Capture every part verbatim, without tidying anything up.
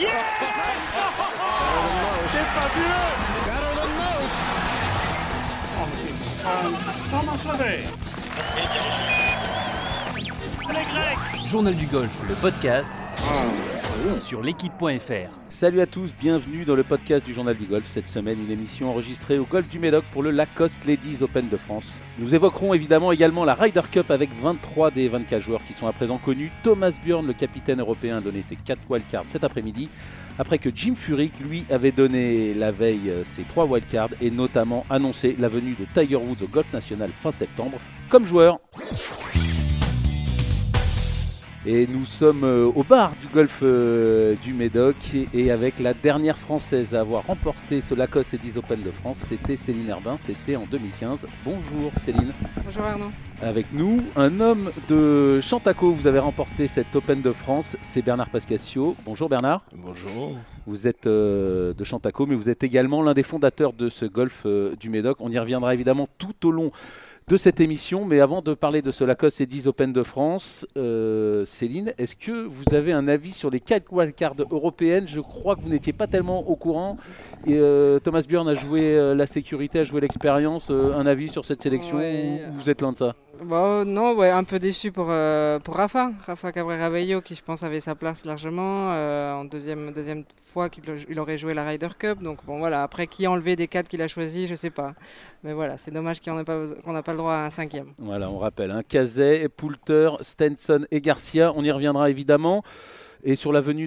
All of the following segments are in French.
Yes! C'est fabuleux! Thomas Levet. Les Grecs. Journal du golf, le podcast Ah, sur l'équipe point F R. Salut à tous, bienvenue dans le podcast du Journal du Golf. Cette semaine, une émission enregistrée au Golf du Médoc pour le Lacoste Ladies Open de France. Nous évoquerons évidemment également la Ryder Cup avec vingt-trois des vingt-quatre joueurs qui sont à présent connus. Thomas Bjorn, le capitaine européen, a donné ses quatre wildcards cet après-midi, après que Jim Furyk, lui, avait donné la veille ses trois wildcards et notamment annoncé la venue de Tiger Woods au Golf National fin septembre comme joueur. Et nous sommes au bar du golf du Médoc et avec la dernière Française à avoir remporté ce Lacoste Ladies Open de France, c'était Céline Herbin, c'était en deux mille quinze. Bonjour Céline. Bonjour Arnaud. Avec nous, un homme de Chantaco, vous avez remporté cet Open de France, c'est Bernard Pascasio. Bonjour Bernard. Bonjour. Vous êtes euh, de Chantaco, mais vous êtes également l'un des fondateurs de ce golf euh, du Médoc. On y reviendra évidemment tout au long de cette émission, mais avant de parler de ce Lacoste Ladies Open de France, euh, Céline, est-ce que vous avez un avis sur les quatre wildcards européennes? Je crois que vous n'étiez pas tellement au courant. Et, euh, Thomas Bjorn a joué euh, la sécurité, a joué l'expérience. Euh, un avis sur cette sélection ouais. ou vous êtes loin de ça? Bon, non, ouais, un peu déçu pour, euh, pour Rafa, Rafa Cabrera Bello, qui je pense avait sa place largement euh, en deuxième, deuxième fois qu'il il aurait joué la Ryder Cup. Donc bon voilà, après qui a enlevé des quatre qu'il a choisi, je sais pas. Mais voilà, c'est dommage qu'on n'ait pas, qu'on n'a pas le droit à un cinquième. Voilà, on rappelle, hein, Cazet, Poulter, Stenson et Garcia, on y reviendra évidemment. Et sur la venue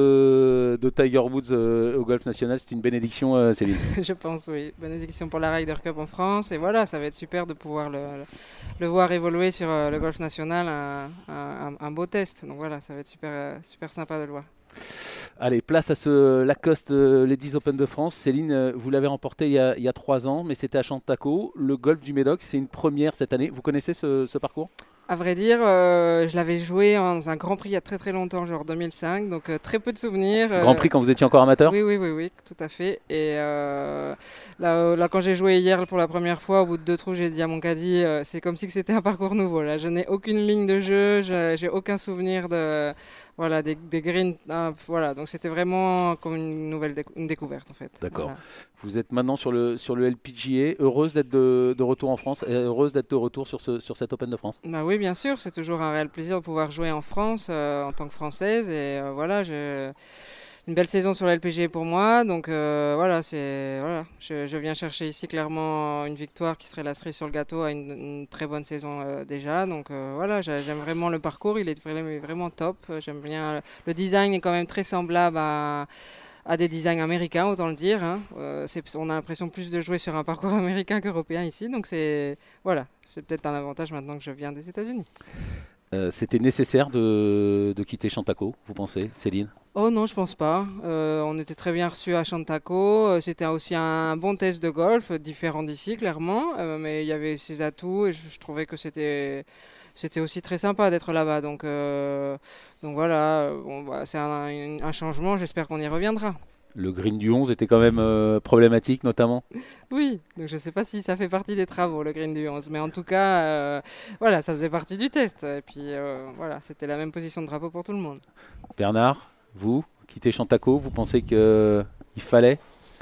de, de Tiger Woods euh, au Golf National, c'est une bénédiction, euh, Céline. Je pense, oui. Bénédiction pour la Ryder Cup en France. Et voilà, ça va être super de pouvoir le, le, le voir évoluer sur euh, le Golf National, un, un, un beau test. Donc voilà, ça va être super, euh, super sympa de le voir. Allez, place à ce Lacoste Ladies Open de France. Céline, vous l'avez remporté il y a, il y a trois ans, mais c'était à Chantaco. Le Golf du Médoc, c'est une première cette année. Vous connaissez ce, ce parcours ? À vrai dire, euh, je l'avais joué dans un Grand Prix il y a très très longtemps, genre deux mille cinq, donc euh, très peu de souvenirs. Grand Prix quand vous étiez encore amateur ? Oui, oui, oui, oui, tout à fait. Et euh, là, là, quand j'ai joué hier pour la première fois, au bout de deux trous, j'ai dit à mon caddie, euh, c'est comme si c'était un parcours nouveau. Là, je n'ai aucune ligne de jeu, je, j'ai aucun souvenir de... Voilà, des, des greens, euh, voilà, donc c'était vraiment comme une nouvelle décou- une découverte en fait. D'accord. Voilà. Vous êtes maintenant sur le, sur le L P G A, heureuse d'être de, de retour en France et heureuse d'être de retour sur, ce, sur cet Open de France. Bah oui, bien sûr, c'est toujours un réel plaisir de pouvoir jouer en France euh, en tant que Française et euh, voilà, j'ai une belle saison sur le L P G A pour moi, donc euh, voilà, c'est voilà, je, je viens chercher ici clairement une victoire qui serait la cerise sur le gâteau à une, une très bonne saison euh, déjà, donc euh, voilà, j'aime vraiment le parcours, il est vraiment, vraiment top, j'aime bien, le design est quand même très semblable à à des designs américains, autant le dire. Hein. Euh, c'est, on a l'impression plus de jouer sur un parcours américain qu'européen ici, donc c'est voilà, c'est peut-être un avantage maintenant que je viens des États-Unis. Euh, c'était nécessaire de, de quitter Chantaco, vous pensez, Céline ? Oh non, je pense pas. Euh, on était très bien reçus à Chantaco. C'était aussi un bon test de golf, différent d'ici, clairement. Euh, mais il y avait ses atouts et je, je trouvais que c'était, c'était aussi très sympa d'être là-bas. Donc, euh, donc voilà, bon, bah, c'est un, un changement. J'espère qu'on y reviendra. Le green du onze était quand même euh, problématique, notamment. Oui, donc je ne sais pas si ça fait partie des travaux, le green du onze. Mais en tout cas, euh, voilà, ça faisait partie du test. Et puis euh, voilà, c'était la même position de drapeau pour tout le monde. Bernard, vous, quittez Chantaco, vous pensez qu'il fallait ?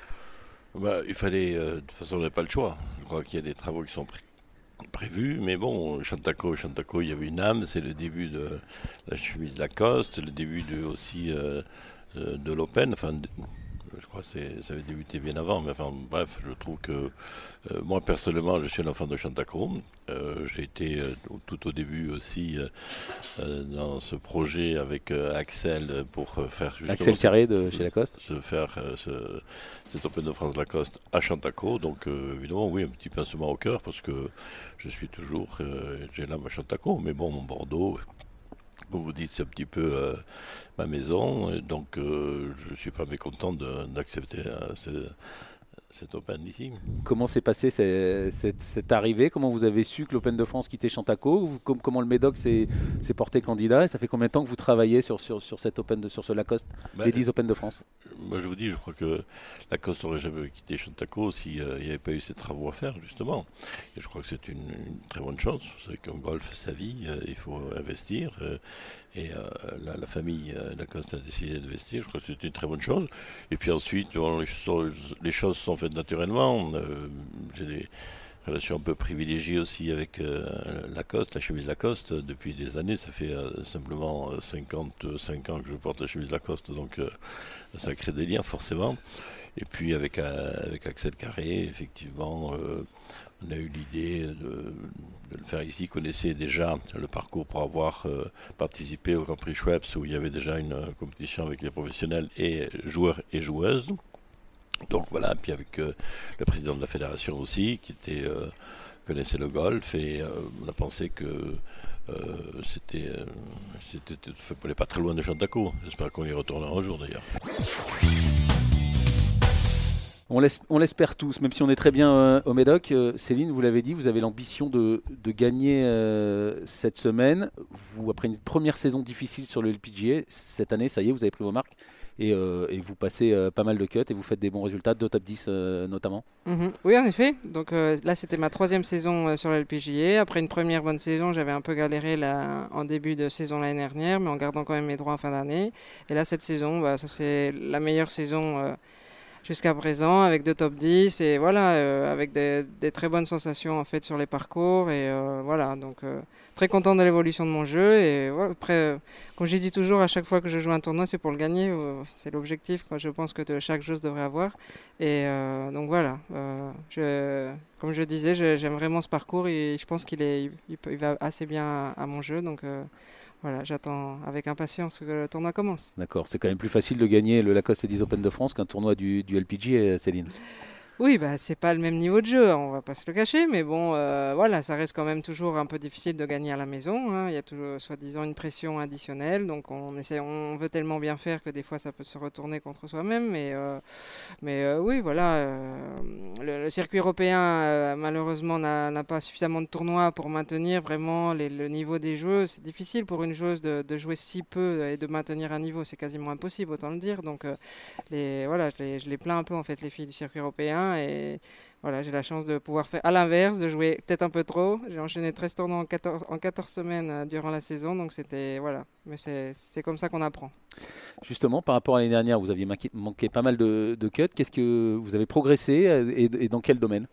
Bah, il fallait, euh, de toute façon, on n'a pas le choix. Je crois qu'il y a des travaux qui sont pré- prévus, mais bon, Chantaco, Chantaco, il y avait une âme, c'est le début de la chemise Lacoste, le début de, aussi euh, de l'Open, enfin, je crois que c'est, ça avait débuté bien avant, mais enfin, bref, je trouve que euh, moi, personnellement, je suis un enfant de Chantaco. Euh, j'ai été euh, tout au début aussi euh, euh, dans ce projet avec euh, Axel pour euh, faire justement... Axel Carré de chez Lacoste. Se faire euh, ce, cet Open de France Lacoste à Chantaco. Donc, euh, évidemment, oui, un petit pincement au cœur parce que je suis toujours... Euh, j'ai l'âme à Chantaco, mais bon, Bordeaux... Comme vous dites, c'est un petit peu euh, ma maison, et donc euh, je ne suis pas mécontent de, d'accepter euh, ce, cet Open ici. Comment s'est passée cette, cette, cette arrivée? Comment vous avez su que l'Open de France quittait Chantaco? Vous, com, Comment le Médoc s'est, s'est porté candidat? Et ça fait combien de temps que vous travaillez sur, sur, sur, cet open de, sur ce Lacoste, ben, les dix Open de France? Moi je vous dis, je crois que Lacoste n'aurait jamais quitté Chantaco s'il euh, n'y avait pas eu ces travaux à faire, justement. Et je crois que c'est une, une très bonne chose. Vous savez qu'en golf, sa vie, euh, il faut investir. Euh, et euh, la, la famille euh, Lacoste a décidé d'investir. Je crois que c'est une très bonne chose. Et puis ensuite, bon, les, choses, les choses sont faites naturellement. Euh, j'ai des relations un peu privilégiées aussi avec euh, Lacoste, la chemise Lacoste. Depuis des années, ça fait euh, simplement cinquante-cinq ans que je porte la chemise Lacoste. Donc euh, ça crée des liens forcément. Et puis avec, euh, avec Axel Carré, effectivement, euh, on a eu l'idée de, de le faire ici. Il connaissait déjà le parcours pour avoir euh, participé au Grand Prix Schweppes où il y avait déjà une euh, compétition avec les professionnels et joueurs et joueuses. Donc voilà, puis avec euh, le président de la fédération aussi, qui était, euh, connaissait le golf, et euh, on a pensé que euh, c'était, euh, c'était, on n'est pas très loin de Chantaco. J'espère qu'on y retournera un jour d'ailleurs. On, on l'espère tous, même si on est très bien euh, au Médoc. Euh, Céline, vous l'avez dit, vous avez l'ambition de, de gagner euh, cette semaine. Vous, après une première saison difficile sur le L P G A, cette année, ça y est, vous avez pris vos marques. Et, euh, et vous passez euh, pas mal de cuts et vous faites des bons résultats, deux top dix euh, notamment. Mmh. Oui, en effet. Donc euh, là, c'était ma troisième saison euh, sur la L P G A. Après une première bonne saison, j'avais un peu galéré là, en début de saison l'année dernière, mais en gardant quand même mes droits en fin d'année. Et là, cette saison, bah, ça c'est la meilleure saison euh, jusqu'à présent, avec deux top dix et voilà, euh, avec des, des très bonnes sensations en fait sur les parcours. Et euh, voilà, donc euh, très content de l'évolution de mon jeu. Et ouais, après, euh, comme j'ai dit toujours, à chaque fois que je joue un tournoi, c'est pour le gagner. Euh, c'est l'objectif que je pense que de, chaque joueur devrait avoir. Et euh, donc voilà, euh, je, comme je disais, je, j'aime vraiment ce parcours et je pense qu'il est, il, il va assez bien à, à mon jeu. Donc euh, voilà, j'attends avec impatience que le tournoi commence. D'accord, c'est quand même plus facile de gagner le Lacoste Ladies Open de France qu'un tournoi du, du L P G A, Céline. Oui, bah, c'est pas le même niveau de jeu, on va pas se le cacher, mais bon, euh, voilà, ça reste quand même toujours un peu difficile de gagner à la maison. Hein. Il y a toujours, soi-disant, une pression additionnelle, donc on essaie, on veut tellement bien faire que des fois ça peut se retourner contre soi-même. Mais, euh, mais euh, oui, voilà, euh, le, le circuit européen euh, malheureusement n'a, n'a pas suffisamment de tournois pour maintenir vraiment les, le niveau des jeux. C'est difficile pour une joueuse de, de jouer si peu et de maintenir un niveau, c'est quasiment impossible, autant le dire. Donc euh, les, voilà, je les, je les plains un peu en fait les filles du circuit européen. Et voilà, j'ai la chance de pouvoir faire à l'inverse, de jouer peut-être un peu trop. J'ai enchaîné treize tournois en quatorze, en quatorze semaines euh, durant la saison, donc c'était voilà. Mais c'est, c'est comme ça qu'on apprend. Justement, par rapport à l'année dernière, vous aviez manqué, manqué pas mal de, de cuts. Qu'est-ce que vous avez progressé et, et dans quel domaine?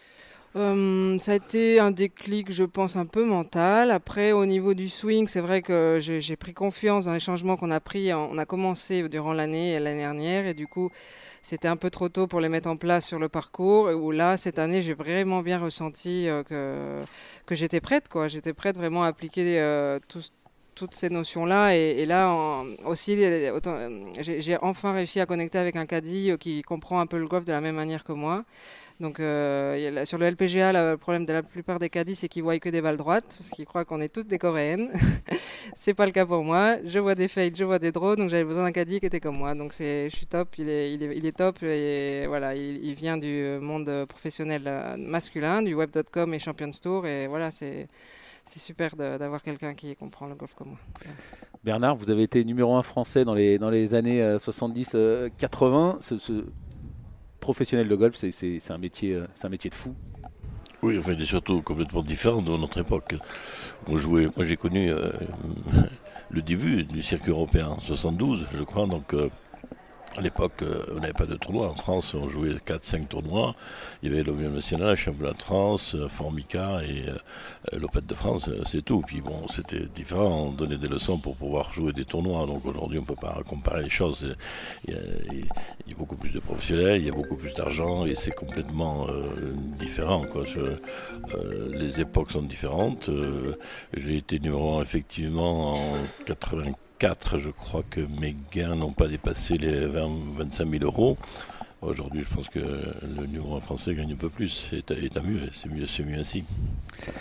Euh, ça a été un déclic, je pense, un peu mental. Après, au niveau du swing, c'est vrai que j'ai, j'ai pris confiance dans les changements qu'on a pris. On a commencé durant l'année, l'année dernière, et du coup, c'était un peu trop tôt pour les mettre en place sur le parcours. Où là, cette année, j'ai vraiment bien ressenti euh, que, que j'étais prête, quoi. J'étais prête vraiment à appliquer euh, tout, toutes ces notions-là. Et, et là, en, aussi, autant, j'ai, j'ai enfin réussi à connecter avec un caddie qui comprend un peu le golf de la même manière que moi. Donc euh, sur le L P G A, le problème de la plupart des caddies, c'est qu'ils voient que des balles droites, parce qu'ils croient qu'on est toutes des Coréennes. C'est pas le cas pour moi. Je vois des fades, je vois des draws, donc j'avais besoin d'un caddie qui était comme moi. Donc c'est, je suis top, il est, il est, il est top, et voilà, il, il vient du monde professionnel masculin, du web point com et Champions Tour, et voilà, c'est... C'est super de, d'avoir quelqu'un qui comprend le golf comme moi. Bernard, vous avez été numéro un français dans les, dans les années euh, soixante-dix quatre-vingts. Ce, ce professionnel de golf, c'est, c'est, c'est, un métier, c'est un métier de fou. Oui, enfin, il est surtout complètement différent de notre époque. On jouait, moi, j'ai connu euh, le début du circuit européen en soixante-douze, je crois. Donc, euh, à l'époque, euh, on n'avait pas de tournoi. En France, on jouait quatre cinq tournois. Il y avait l'Open national, le championnat de France, euh, Formica et euh, l'Open de France, euh, c'est tout. Puis bon, c'était différent. On donnait des leçons pour pouvoir jouer des tournois. Donc aujourd'hui, on ne peut pas comparer les choses. Il y, a, il y a beaucoup plus de professionnels, il y a beaucoup plus d'argent et c'est complètement euh, différent, quoi. Je, euh, les époques sont différentes. Euh, j'ai été numéro un effectivement en quatre-vingt-quatre. Je crois que mes gains n'ont pas dépassé les vingt à vingt-cinq mille euros. Aujourd'hui, je pense que le numéro un français gagne un peu plus. Et tant mieux, c'est mieux, c'est mieux ainsi.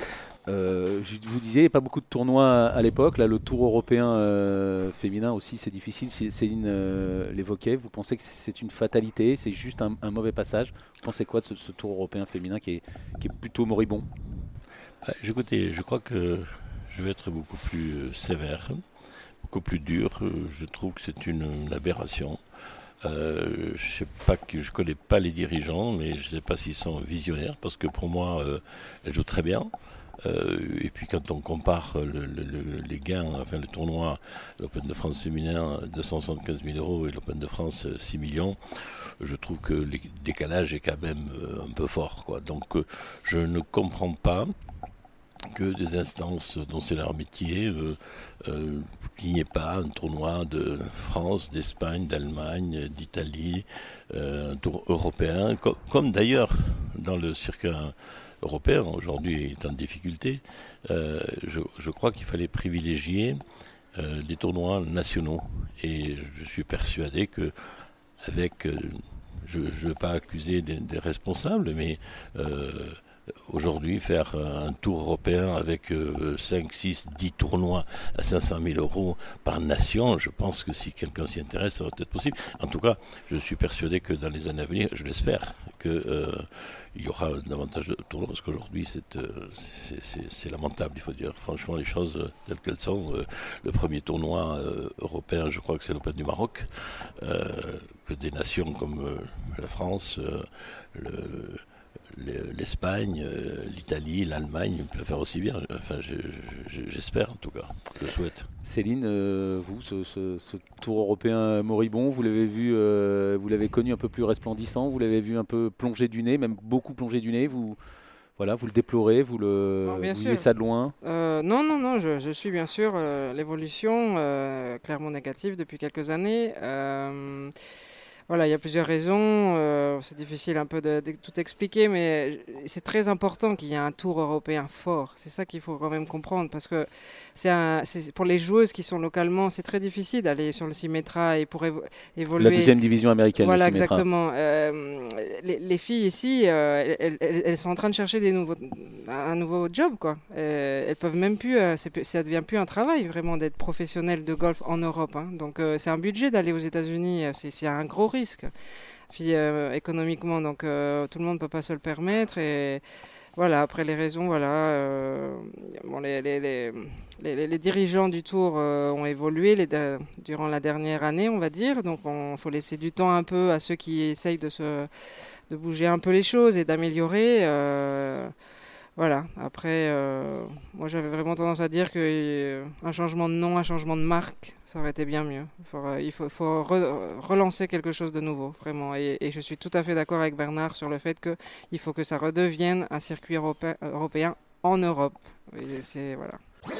Euh, je vous disais, il n'y a pas beaucoup de tournois à l'époque. Là, le Tour européen euh, féminin aussi, c'est difficile. Céline euh, l'évoquait. Vous pensez que c'est une fatalité? C'est juste un, un mauvais passage? Vous pensez quoi de ce, ce Tour européen féminin qui est, qui est plutôt moribond? Ah, écoutez, je crois que je vais être beaucoup plus sévère, beaucoup plus dur. Je trouve que c'est une, une aberration. Euh, je sais pas que je connais pas les dirigeants, mais je sais pas s'ils sont visionnaires, parce que pour moi, euh, elles jouent très bien. Euh, et puis quand on compare le, le, le, les gains, enfin le tournoi, l'Open de France féminin, deux cent soixante-quinze mille euros et l'Open de France, six millions, je trouve que le décalage est quand même un peu fort, quoi. Donc euh, je ne comprends pas que des instances dont c'est leur métier, euh, euh, qu'il n'y ait pas un tournoi de France, d'Espagne, d'Allemagne, d'Italie, euh, un tour européen, com- comme d'ailleurs dans le circuit européen, aujourd'hui est en difficulté. Euh, je, je crois qu'il fallait privilégier euh, les tournois nationaux. Et je suis persuadé que avec, euh, je ne veux pas accuser des, des responsables, mais euh, aujourd'hui, faire un tour européen avec euh, cinq, six, dix tournois à cinq cent mille euros par nation, je pense que si quelqu'un s'y intéresse, ça va être possible. En tout cas, je suis persuadé que dans les années à venir, je l'espère, qu'il euh, y aura davantage de tournois, parce qu'aujourd'hui, c'est, euh, c'est, c'est, c'est lamentable, il faut dire franchement les choses euh, telles qu'elles sont. Euh, le premier tournoi euh, européen, je crois que c'est l'Open du Maroc, euh, que des nations comme euh, la France, euh, le... l'Espagne, l'Italie, l'Allemagne peuvent faire aussi bien. Enfin, je, je, j'espère en tout cas. Je le souhaite. Céline, euh, vous, ce, ce, ce Tour européen moribond, vous l'avez vu, euh, vous l'avez connu un peu plus resplendissant, vous l'avez vu un peu plonger du nez, même beaucoup plonger du nez. Vous, voilà, vous le déplorez, vous le, Non, bien vous sûr. vivez ça de loin. Euh, non, non, non, je, je suis bien sûr euh, l'évolution euh, clairement négative depuis quelques années. Euh, Voilà, il y a plusieurs raisons. Euh, c'est difficile un peu de, de tout expliquer, mais c'est très important qu'il y ait un tour européen fort. C'est ça qu'il faut quand même comprendre, parce que c'est un, c'est, pour les joueuses qui sont localement, c'est très difficile d'aller sur le Symetra et pour évo- évoluer. La deuxième division américaine. Voilà, le Symetra. exactement. Euh, les, les filles ici, euh, elles, elles, elles sont en train de chercher des nouveaux, un nouveau job, quoi. Euh, elles peuvent même plus, euh, c'est, ça devient plus un travail vraiment d'être professionnel de golf en Europe. Hein. Donc euh, c'est un budget d'aller aux États-Unis. C'est, c'est un gros risque. Puis euh, économiquement, donc euh, tout le monde ne peut pas se le permettre. Et voilà, après les raisons, voilà, euh, bon, les, les, les, les, les dirigeants du Tour euh, ont évolué les de, durant la dernière année, on va dire. Donc il faut laisser du temps un peu à ceux qui essayent de, se, de bouger un peu les choses et d'améliorer. Euh, Voilà, après, euh, moi j'avais vraiment tendance à dire qu'un euh, changement de nom, un changement de marque, ça aurait été bien mieux. Il faut, euh, il faut, faut re- relancer quelque chose de nouveau, vraiment. Et, et je suis tout à fait d'accord avec Bernard sur le fait qu'il faut que ça redevienne un circuit européen, européen en Europe. Et c'est, voilà.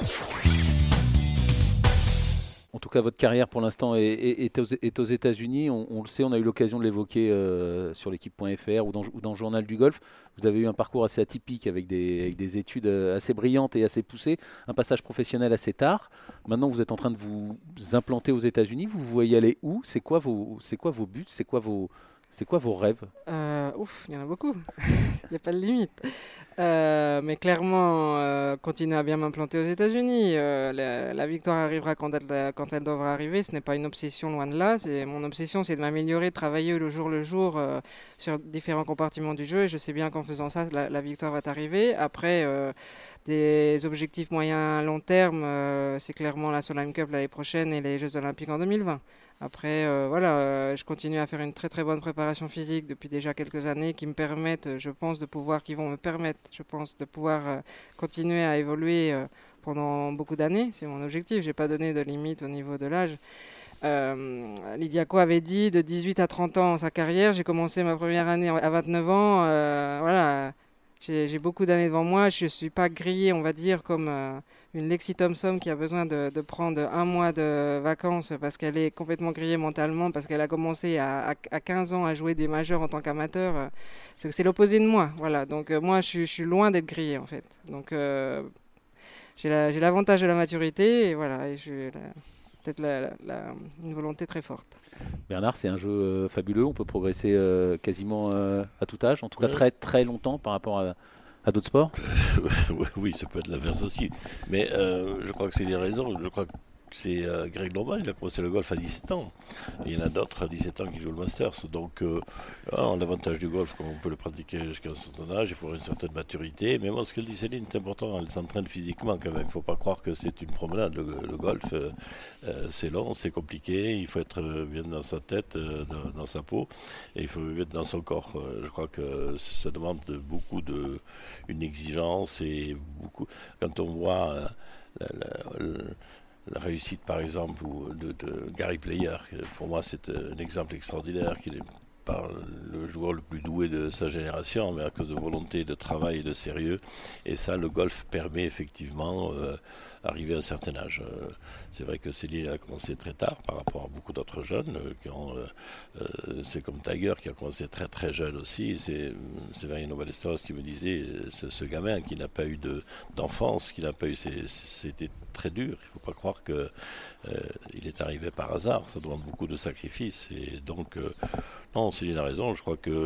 En tout cas, votre carrière pour l'instant est, est, est, aux, est aux États-Unis. On, on le sait, on a eu l'occasion de l'évoquer euh, sur l'équipe point F R ou dans, ou dans le journal du golf. Vous avez eu un parcours assez atypique avec des, avec des études assez brillantes et assez poussées, un passage professionnel assez tard. Maintenant, vous êtes en train de vous implanter aux États-Unis. Vous voyez aller où? C'est quoi vos, c'est quoi vos buts? C'est quoi vos, c'est quoi vos rêves? euh, Ouf, il y en a beaucoup. Il n'y a pas de limite. Euh, mais clairement, euh, continuer à bien m'implanter aux États-Unis. Euh, la, la victoire arrivera quand elle, quand elle devra arriver. Ce n'est pas une obsession, loin de là. C'est, mon obsession, c'est de m'améliorer, de travailler le jour le jour euh, sur différents compartiments du jeu. Et je sais bien qu'en faisant ça, la, la victoire va arriver. Après, euh, des objectifs moyen long terme, euh, c'est clairement la Solheim Cup l'année prochaine et les Jeux Olympiques en deux mille vingt. Après, euh, voilà, euh, je continue à faire une très très bonne préparation physique depuis déjà quelques années qui me permettent, je pense, de pouvoir, qui vont me permettre, je pense, de pouvoir euh, continuer à évoluer euh, pendant beaucoup d'années. C'est mon objectif. J'ai pas donné de limite au niveau de l'âge. Euh, Lydia Ko avait dit de dix-huit à trente ans sa carrière. J'ai commencé ma première année à vingt-neuf ans. Euh, voilà. J'ai, j'ai beaucoup d'années devant moi. Je ne suis pas grillée, on va dire, comme euh, une Lexi Thompson qui a besoin de, de prendre un mois de vacances parce qu'elle est complètement grillée mentalement, parce qu'elle a commencé à, à, à quinze ans à jouer des majeurs en tant qu'amateur. C'est, c'est l'opposé de moi. Voilà. Donc euh, moi, je suis, je suis loin d'être grillée, en fait. Donc euh, j'ai, la, j'ai l'avantage de la maturité et voilà. Et j'ai la, peut-être la, la, la, une volonté très forte. Bernard, c'est un jeu euh, fabuleux. On peut progresser euh, quasiment euh, à tout âge, en tout cas ouais. très très longtemps par rapport à, à d'autres sports? Oui, ça peut être l'inverse aussi. Mais euh, je crois que c'est des raisons. Je crois que c'est euh, Greg Norman, il a commencé le golf à dix-sept ans. Et il y en a d'autres à dix-sept ans qui jouent le Masters. Donc, euh, ah, l'avantage du golf, comme on peut le pratiquer jusqu'à un certain âge, il faut une certaine maturité. Mais moi, ce que dit Céline, c'est important. Elle s'entraîne physiquement quand même. Il ne faut pas croire que c'est une promenade. Le, le golf, euh, euh, c'est long, c'est compliqué. Il faut être bien dans sa tête, euh, dans, dans sa peau. Et il faut être dans son corps. Euh, je crois que ça demande beaucoup de, une exigence et beaucoup. Quand on voit euh, la, la, la, la réussite, par exemple, de, de Gary Player, pour moi, c'est un exemple extraordinaire, qu'il est pas le joueur le plus doué de sa génération, mais à cause de volonté, de travail et de sérieux. Et ça, le golf permet effectivement euh, d'arriver à un certain âge. Euh, c'est vrai que Céline a commencé très tard par rapport à beaucoup d'autres jeunes. Euh, qui ont, euh, euh, c'est comme Tiger qui a commencé très très jeune aussi. C'est, c'est Variano Ballesteros qui me disait, ce, ce gamin qui n'a pas eu de, d'enfance, qui n'a pas eu, c'est, c'était très dur. Il ne faut pas croire qu'il euh, est arrivé par hasard. Ça demande beaucoup de sacrifices. Et donc, euh, non, Céline a raison. Je crois que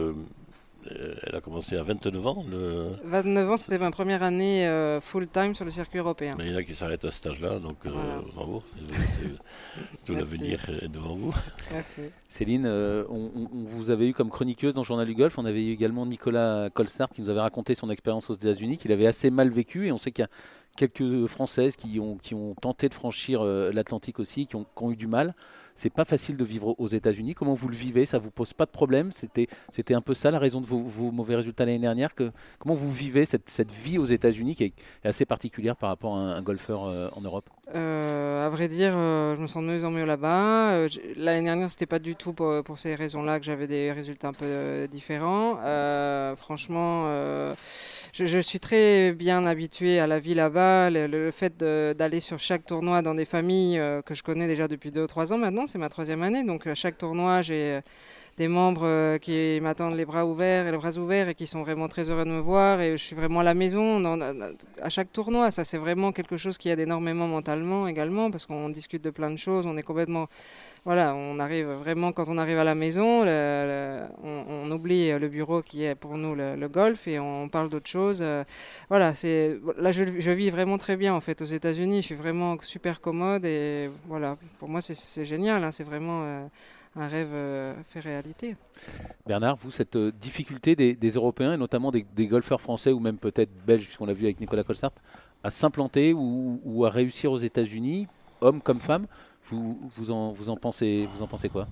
euh, elle a commencé à vingt-neuf ans. Le... vingt-neuf ans, c'était ma première année euh, full-time sur le circuit européen. Mais il y en a qui s'arrêtent à cet âge-là, donc euh, voilà. Bravo. C'est, tout l'avenir est devant vous. Merci. Céline, euh, on, on vous avait eu comme chroniqueuse dans le Journal du Golf. On avait eu également Nicolas Colstart qui nous avait raconté son expérience aux États-Unis, qu'il avait assez mal vécu. Et on sait qu'il y a quelques Françaises qui ont, qui ont tenté de franchir euh, l'Atlantique aussi, qui ont, qui ont eu du mal. C'est pas facile de vivre aux États-Unis. Comment vous le vivez? Ça vous pose pas de problème? C'était, c'était un peu ça la raison de vos, vos mauvais résultats l'année dernière. Que, comment vous vivez cette, cette vie aux États-Unis qui est assez particulière par rapport à un, un golfeur euh, en Europe? Euh, à vrai dire, euh, je me sens de mieux en mieux là-bas. Euh, l'année dernière, c'était pas du tout pour, pour ces raisons-là que j'avais des résultats un peu euh, différents. Euh, franchement, euh, je, je suis très bien habituée à la vie là-bas. Le, le fait de, d'aller sur chaque tournoi dans des familles euh, que je connais déjà depuis deux ou trois ans maintenant, c'est ma troisième année. Donc à chaque tournoi, j'ai des membres euh, qui m'attendent les bras ouverts et les bras ouverts et qui sont vraiment très heureux de me voir. Et je suis vraiment à la maison dans, à chaque tournoi. Ça, c'est vraiment quelque chose qui aide énormément mentalement également parce qu'on discute de plein de choses. On est complètement... Voilà, on arrive vraiment, quand on arrive à la maison, le, le, on, on oublie le bureau qui est pour nous le, le golf et on parle d'autres choses. Euh, voilà, c'est, là je, je vis vraiment très bien en fait aux États-Unis. Je suis vraiment super commode et voilà, pour moi c'est, c'est génial. Hein, c'est vraiment euh, un rêve euh, fait réalité. Bernard, vous, cette euh, difficulté des, des Européens et notamment des, des golfeurs français ou même peut-être belges, puisqu'on l'a vu avec Nicolas Colstart, à s'implanter ou, ou à réussir aux États-Unis, hommes comme femmes, Vous, vous, en, vous, en pensez, vous en pensez quoi?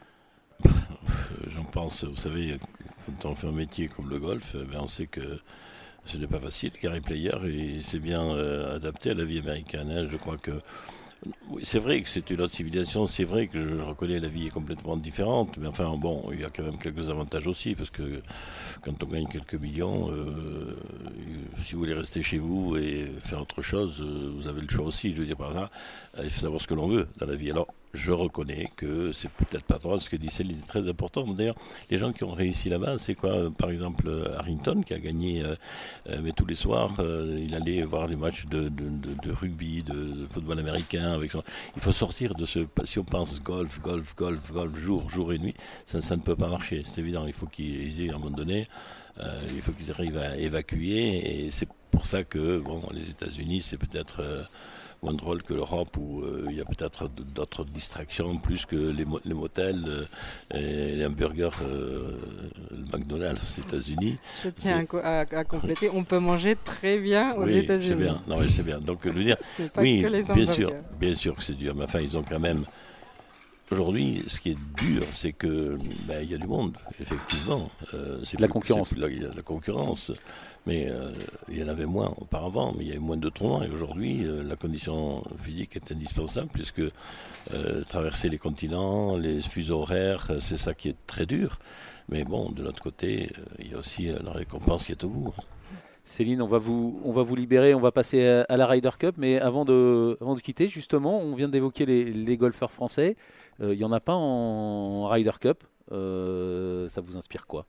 J'en pense, vous savez, quand on fait un métier comme le golf, ben on sait que ce n'est pas facile. Gary Player, il s'est bien euh, adapté à la vie américaine. Hein. Je crois que oui, c'est vrai que c'est une autre civilisation, c'est vrai que je reconnais la vie est complètement différente, mais enfin bon, il y a quand même quelques avantages aussi, parce que quand on gagne quelques millions, euh, si vous voulez rester chez vous et faire autre chose, vous avez le choix aussi, je veux dire par ça, il faut savoir ce que l'on veut dans la vie. Alors, je reconnais que c'est peut-être pas trop ce que dit Céline, c'est très important. D'ailleurs, les gens qui ont réussi là-bas, c'est quoi? Par exemple, Harrington qui a gagné, euh, mais tous les soirs, euh, il allait voir les matchs de, de, de, de rugby, de, de football américain. Avec son... Il faut sortir de ce... Si on pense golf, golf, golf, golf, jour, jour et nuit, ça, ça ne peut pas marcher, c'est évident. Il faut qu'ils aient, à un moment donné, euh, il faut qu'ils arrivent à évacuer. Et c'est pour ça que, bon, les États-Unis, c'est peut-être... Euh, moins drôle que l'Europe où euh, il y a peut-être d'autres distractions plus que les, mo- les motels euh, et les hamburgers, euh, le McDonald's aux États-Unis. Je tiens à, à, à compléter, on peut manger très bien aux oui, États-Unis. C'est bien, non, c'est bien. Donc, je veux dire, oui, bien sûr, bien sûr que c'est dur, mais enfin, ils ont quand même. Aujourd'hui, ce qui est dur, c'est que ben, il y a du monde, effectivement. Euh, c'est la plus, concurrence. C'est plus, il y a de la concurrence. Mais euh, il y en avait moins auparavant, mais il y avait moins de tournois. Et aujourd'hui, euh, la condition physique est indispensable, puisque euh, traverser les continents, les fuseaux horaires, c'est ça qui est très dur. Mais bon, de l'autre côté, euh, il y a aussi euh, la récompense qui est au bout. Céline, on va vous, on va vous libérer, on va passer à, à la Ryder Cup, mais avant de, avant de quitter, justement, on vient d'évoquer les, les golfeurs français. Il euh, n'y en a pas en, en Ryder Cup. Euh, ça vous inspire quoi?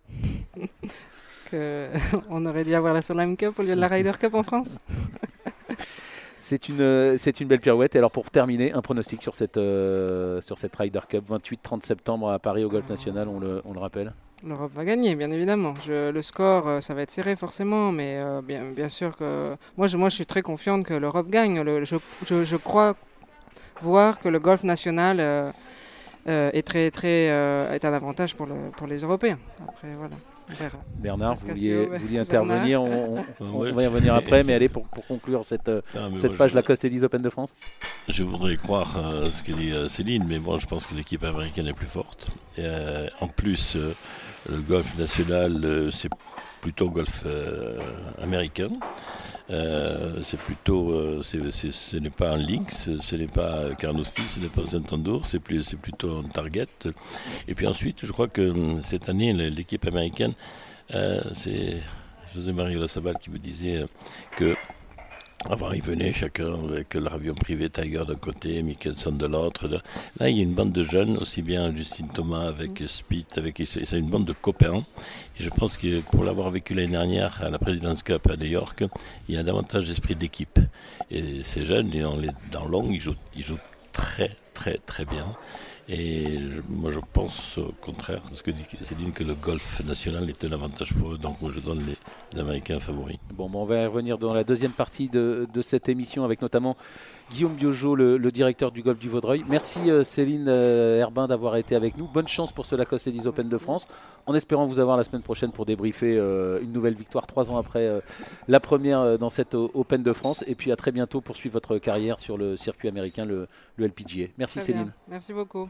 On aurait dû avoir la Solheim Cup au lieu de la Ryder Cup en France. C'est une, c'est une belle pirouette. Et alors pour terminer, un pronostic sur cette, euh, sur cette Ryder Cup, vingt-huit trente septembre à Paris au Golf National, on le, on le rappelle. L'Europe va gagner, bien évidemment. Je, le score, euh, ça va être serré forcément, mais euh, bien, bien sûr que moi je, moi, je suis très confiante que l'Europe gagne. Le, je, je, je crois voir que le golf national euh, euh, est, très, très, euh, est un avantage pour, le, pour les Européens. Après, voilà. Bernard, vous vouliez, Casio, vous vouliez intervenir, on, on, on Ouais. va y revenir après, mais allez, pour, pour conclure cette, Non, mais cette moi, page je- Lacoste Ladies Open de France. Je voudrais croire euh, ce que dit euh, Céline, mais bon, je pense que l'équipe américaine est plus forte. Et, euh, en plus, euh, le golf national, euh, c'est plutôt golf euh, américain. Euh, c'est plutôt, euh, c'est, c'est, ce n'est pas un Lynx, ce n'est pas Carnoustie, ce n'est pas Saint-Andour, c'est, plus, c'est plutôt un Target. Et puis ensuite, je crois que euh, cette année, l'équipe américaine, euh, c'est José-Marie Olasabal qui me disait euh, que avant, ils venaient chacun avec leur avion privé, Tiger d'un côté, Mickelson de l'autre. Là, il y a une bande de jeunes, aussi bien Justine Thomas avec Spieth, avec c'est une bande de copains. Et je pense que pour l'avoir vécu l'année dernière à la President's Cup à New York, il y a davantage d'esprit d'équipe. Et ces jeunes, dans, les, dans Long, ils jouent, ils jouent très, très, très bien. Et je, moi, je pense au contraire de ce que dit Céline, que le golf national est un avantage pour eux. Donc, moi, je donne les, les Américains favoris. Bon, bon, on va revenir dans la deuxième partie de, de cette émission avec notamment Guillaume Biojo, le, le directeur du golf du Vaudreuil. Merci euh, Céline euh, Herbin d'avoir été avec nous. Bonne chance pour ce Lacoste Ladies Open de France. En espérant vous avoir la semaine prochaine pour débriefer euh, une nouvelle victoire trois ans après euh, la première euh, dans cette euh, Open de France. Et puis à très bientôt pour suivre votre carrière sur le circuit américain, le, le L P G A. Merci Très Céline. bien. Merci beaucoup.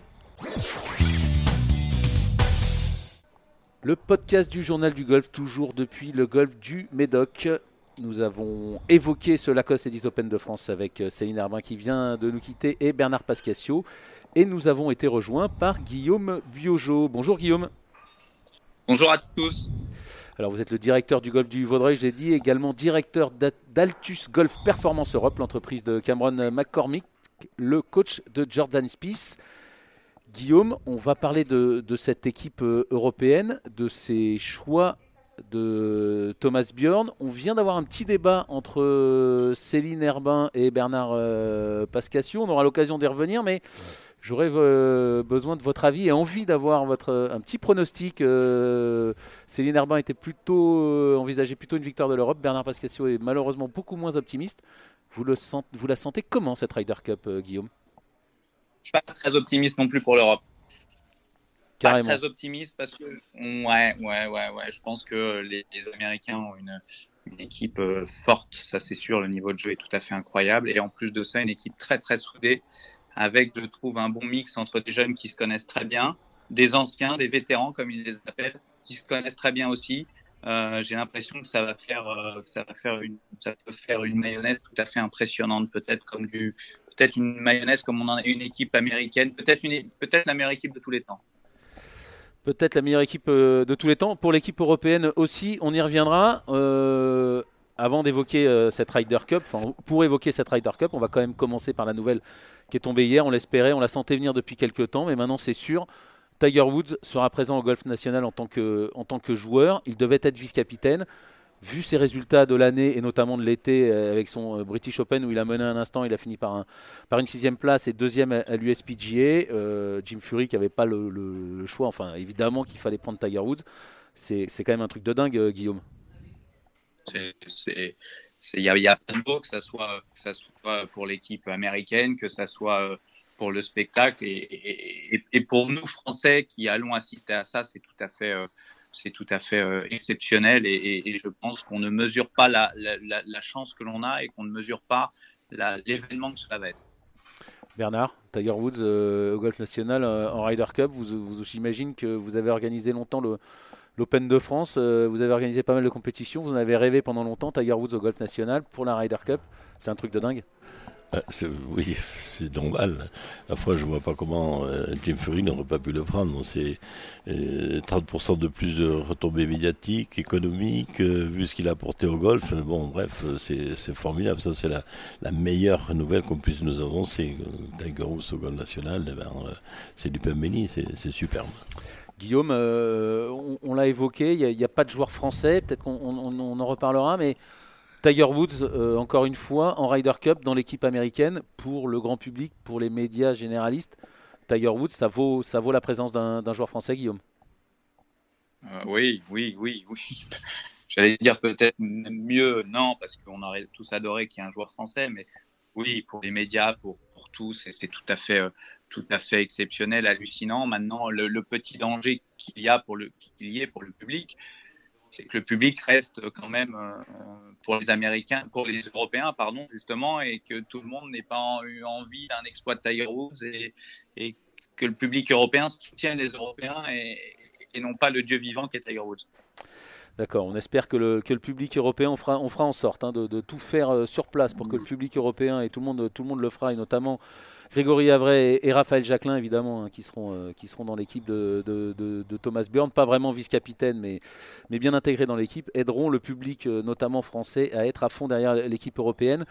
Le podcast du Journal du Golf, toujours depuis le golf du Médoc. Nous avons évoqué ce Lacoste Ladies Open de France avec Céline Herbin qui vient de nous quitter et Bernard Pascasio. Et nous avons été rejoints par Guillaume Biojo. Bonjour Guillaume. Bonjour à tous. Alors vous êtes le directeur du golf du Vaudreuil, je l'ai dit, également directeur d'Altus Golf Performance Europe, l'entreprise de Cameron McCormick, le coach de Jordan Spieth. Guillaume, on va parler de, de cette équipe européenne, de ses choix de Thomas Bjorn. On vient d'avoir un petit débat entre Céline Herbin et Bernard euh, Pascasio. On aura l'occasion d'y revenir, mais j'aurais euh, besoin de votre avis et envie d'avoir votre, un petit pronostic. Euh, Céline Herbin était plutôt euh, envisageait plutôt une victoire de l'Europe. Bernard Pascasio est malheureusement beaucoup moins optimiste. Vous, le sent, vous la sentez comment cette Ryder Cup, euh, Guillaume ? Je suis pas très optimiste non plus pour l'Europe. Carrément. Pas très optimiste parce que ouais, ouais, ouais, ouais. Je pense que les, les Américains ont une, une équipe euh, forte, ça c'est sûr. Le niveau de jeu est tout à fait incroyable et en plus de ça, une équipe très très soudée avec, je trouve, un bon mix entre des jeunes qui se connaissent très bien, des anciens, des vétérans comme ils les appellent, qui se connaissent très bien aussi. Euh, j'ai l'impression que ça va faire, euh, que ça va faire une, ça peut faire une mayonnaise tout à fait impressionnante, peut-être comme du, peut-être une mayonnaise comme on en a une équipe américaine, peut-être une, peut-être la meilleure équipe de tous les temps. Peut-être la meilleure équipe euh, de tous les temps. Pour l'équipe européenne aussi, on y reviendra. Euh, avant d'évoquer euh, cette Ryder Cup, enfin pour évoquer cette Ryder Cup, on va quand même commencer par la nouvelle qui est tombée hier. On l'espérait, on la sentait venir depuis quelques temps, mais maintenant c'est sûr. Tiger Woods sera présent au Golf National en tant que, en tant que joueur. Il devait être vice-capitaine. Vu ses résultats de l'année et notamment de l'été avec son British Open où il a mené un instant, il a fini par, un, par une sixième place et deuxième à l'U S P G A. Euh, Jim Furyk qui n'avait pas le, le, le choix, enfin évidemment qu'il fallait prendre Tiger Woods. C'est, c'est quand même un truc de dingue, Guillaume. Il y a, y a plein de mots, que ça soit, que ça soit pour l'équipe américaine, que ça soit pour le spectacle et, et, et pour nous Français qui allons assister à ça, c'est tout à fait... Euh, c'est tout à fait euh, exceptionnel et, et, et je pense qu'on ne mesure pas la, la, la, la chance que l'on a et qu'on ne mesure pas la, l'événement que cela va être. Bernard, Tiger Woods euh, au Golf National euh, en Ryder Cup, vous, vous, j'imagine que vous avez organisé longtemps le, l'Open de France, euh, vous avez organisé pas mal de compétitions, vous en avez rêvé pendant longtemps, Tiger Woods au Golf National pour la Ryder Cup, c'est un truc de dingue. Euh, c'est, oui, c'est normal. La fois, je ne vois pas comment euh, Jim Furyk n'aurait pas pu le prendre. C'est euh, trente pour cent de plus de retombées médiatiques, économiques, euh, vu ce qu'il a apporté au golf. Bon, bref, c'est, c'est formidable. Ça, c'est la, la meilleure nouvelle qu'on puisse nous annoncer. Tiger Woods au Golf National, eh ben, euh, c'est du pain béni, c'est, c'est superbe. Guillaume, euh, on, on l'a évoqué, il n'y a, a pas de joueur français, peut-être qu'on on, on en reparlera, mais Tiger Woods, euh, encore une fois, en Ryder Cup, dans l'équipe américaine, pour le grand public, pour les médias généralistes, Tiger Woods, ça vaut, ça vaut la présence d'un, d'un joueur français, Guillaume ? Euh, oui, oui, oui, oui. J'allais dire peut-être mieux, non, parce qu'on aurait tous adoré qu'il y ait un joueur français, mais oui, pour les médias, pour, pour tous, c'est, c'est tout à fait, euh, tout à fait exceptionnel, hallucinant. Maintenant, le, le petit danger qu'il y a pour le, qu'il y ait pour le public, c'est que le public reste quand même euh, pour les Américains, pour les Européens, pardon, justement, et que tout le monde n'ait pas eu envie d'un exploit de Tiger Woods et, et que le public européen soutienne les Européens et, et non pas le dieu vivant qu'est Tiger Woods. D'accord, on espère que le, que le public européen, on fera, on fera en sorte hein, de, de tout faire euh, sur place pour que le public européen, et tout le monde, tout le, monde le fera, et notamment Grégory Havret et, et Raphaël Jacquelin, évidemment, hein, qui, seront, euh, qui seront dans l'équipe de, de, de, de Thomas Bjorn, pas vraiment vice-capitaine, mais, mais bien intégrés dans l'équipe, aideront le public, euh, notamment français, à être à fond derrière l'équipe européenne.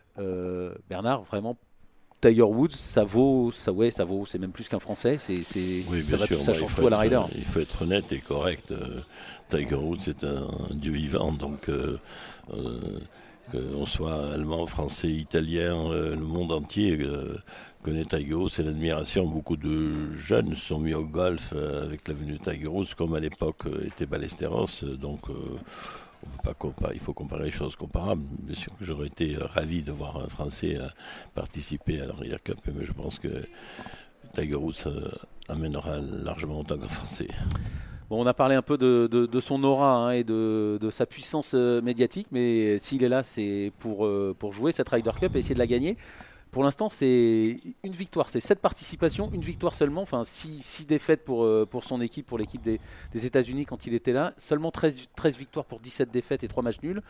Euh, Bernard, vraiment, Tiger Woods, ça vaut, ça, ouais, ça vaut, c'est même plus qu'un Français, c'est, c'est, Oui, ça, va sûr, tout, ça bah, change tout à la Ryder. Il faut être honnête et correct. Euh, Tiger Woods est un, un dieu vivant, donc euh, euh, qu'on soit allemand, français, italien, euh, le monde entier euh, connaît Tiger Woods. C'est l'admiration. Beaucoup de jeunes se sont mis au golf euh, avec la venue de Tiger Woods, comme à l'époque euh, était Ballesteros. Donc euh, on peut pas comparer, il faut comparer les choses comparables. Bien sûr que j'aurais été ravi de voir un Français euh, participer à la Ryder Cup, mais je pense que Tiger Woods euh, amènera largement autant qu'un Français. Bon, on a parlé un peu de, de, de son aura hein, et de, de sa puissance euh, médiatique, mais s'il est là, c'est pour, euh, pour jouer cette Ryder Cup et essayer de la gagner. Pour l'instant, c'est une victoire, c'est sept participations, une victoire seulement, enfin six, six défaites pour, euh, pour son équipe, pour l'équipe des, des États-Unis quand il était là, seulement treize, treize victoires pour dix-sept défaites et trois matchs nuls.